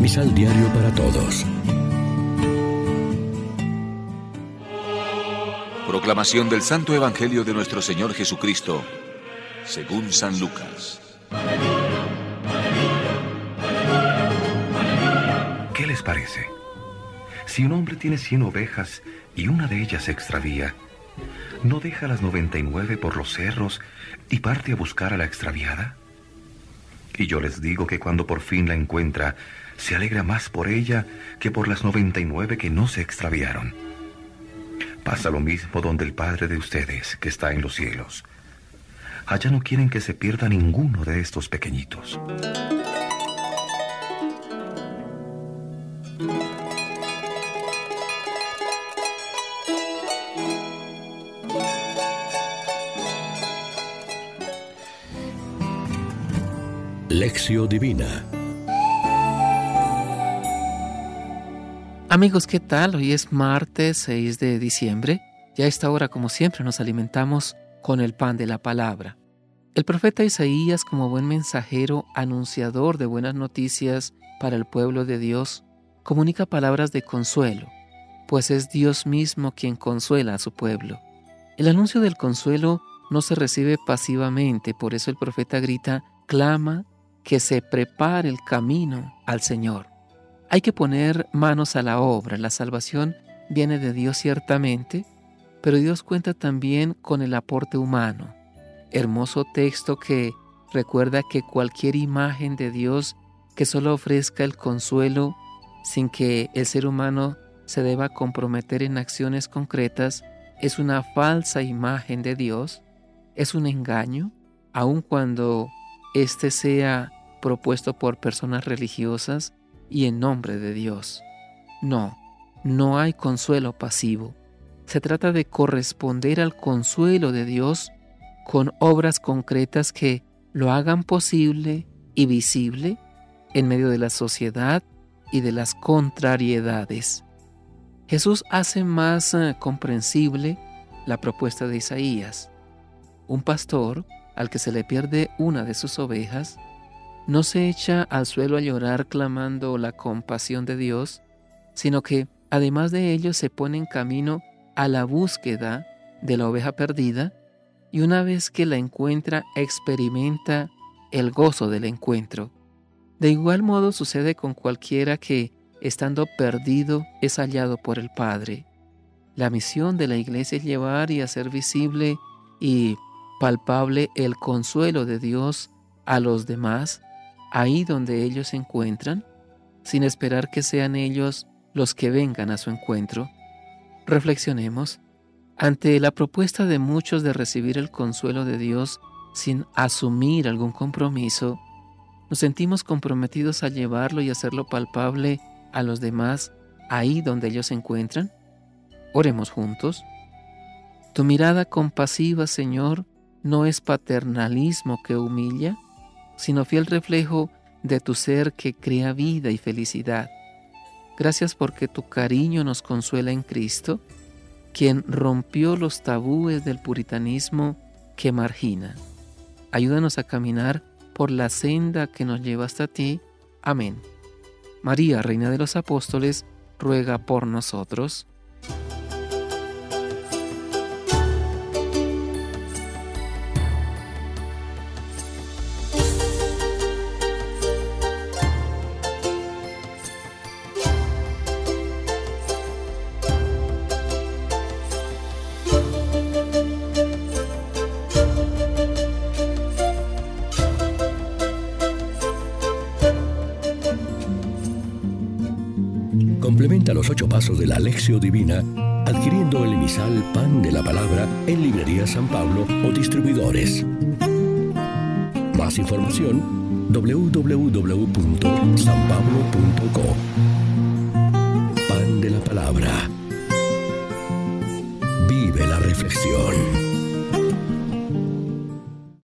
Misal Diario para Todos. Proclamación del Santo Evangelio de nuestro Señor Jesucristo, según San Lucas. ¿Qué les parece? Si un hombre tiene 100 ovejas y una de ellas se extravía, ¿no deja las 99 por los cerros y parte a buscar a la extraviada? Y yo les digo que cuando por fin la encuentra, se alegra más por ella que por las 99 que no se extraviaron. Pasa lo mismo donde el Padre de ustedes, que está en los cielos. Allá no quieren que se pierda ninguno de estos pequeñitos. Lección Divina. Amigos, ¿qué tal? Hoy es martes 6 de diciembre. Ya a esta hora, como siempre, nos alimentamos con el pan de la palabra. El profeta Isaías, como buen mensajero, anunciador de buenas noticias para el pueblo de Dios, comunica palabras de consuelo, pues es Dios mismo quien consuela a su pueblo. El anuncio del consuelo no se recibe pasivamente, por eso el profeta grita, clama, que se prepare el camino al Señor. Hay que poner manos a la obra. La salvación viene de Dios ciertamente, pero Dios cuenta también con el aporte humano. Hermoso texto que recuerda que cualquier imagen de Dios que solo ofrezca el consuelo sin que el ser humano se deba comprometer en acciones concretas es una falsa imagen de Dios, es un engaño, aun cuando éste sea propuesto por personas religiosas y en nombre de Dios. No hay consuelo pasivo. Se trata de corresponder al consuelo de Dios con obras concretas que lo hagan posible y visible en medio de la sociedad y de las contrariedades. Jesús hace más comprensible la propuesta de Isaías. Un pastor, al que se le pierde una de sus ovejas, no se echa al suelo a llorar clamando la compasión de Dios, sino que, además de ello, se pone en camino a la búsqueda de la oveja perdida y una vez que la encuentra, experimenta el gozo del encuentro. De igual modo sucede con cualquiera que, estando perdido, es hallado por el Padre. La misión de la Iglesia es llevar y hacer visible y palpable el consuelo de Dios a los demás, ahí donde ellos se encuentran, sin esperar que sean ellos los que vengan a su encuentro. Reflexionemos. Ante la propuesta de muchos de recibir el consuelo de Dios sin asumir algún compromiso, ¿nos sentimos comprometidos a llevarlo y hacerlo palpable a los demás ahí donde ellos se encuentran? Oremos juntos. Tu mirada compasiva, Señor, no es paternalismo que humilla, sino fiel reflejo de tu ser que crea vida y felicidad. Gracias porque tu cariño nos consuela en Cristo, quien rompió los tabúes del puritanismo que margina. Ayúdanos a caminar por la senda que nos lleva hasta ti. Amén. María, Reina de los Apóstoles, ruega por nosotros. Complementa los 8 pasos de la Lección Divina adquiriendo el emisal Pan de la Palabra en Librería San Pablo o distribuidores. Más información www.sanpablo.co. Pan de la Palabra. Vive la reflexión.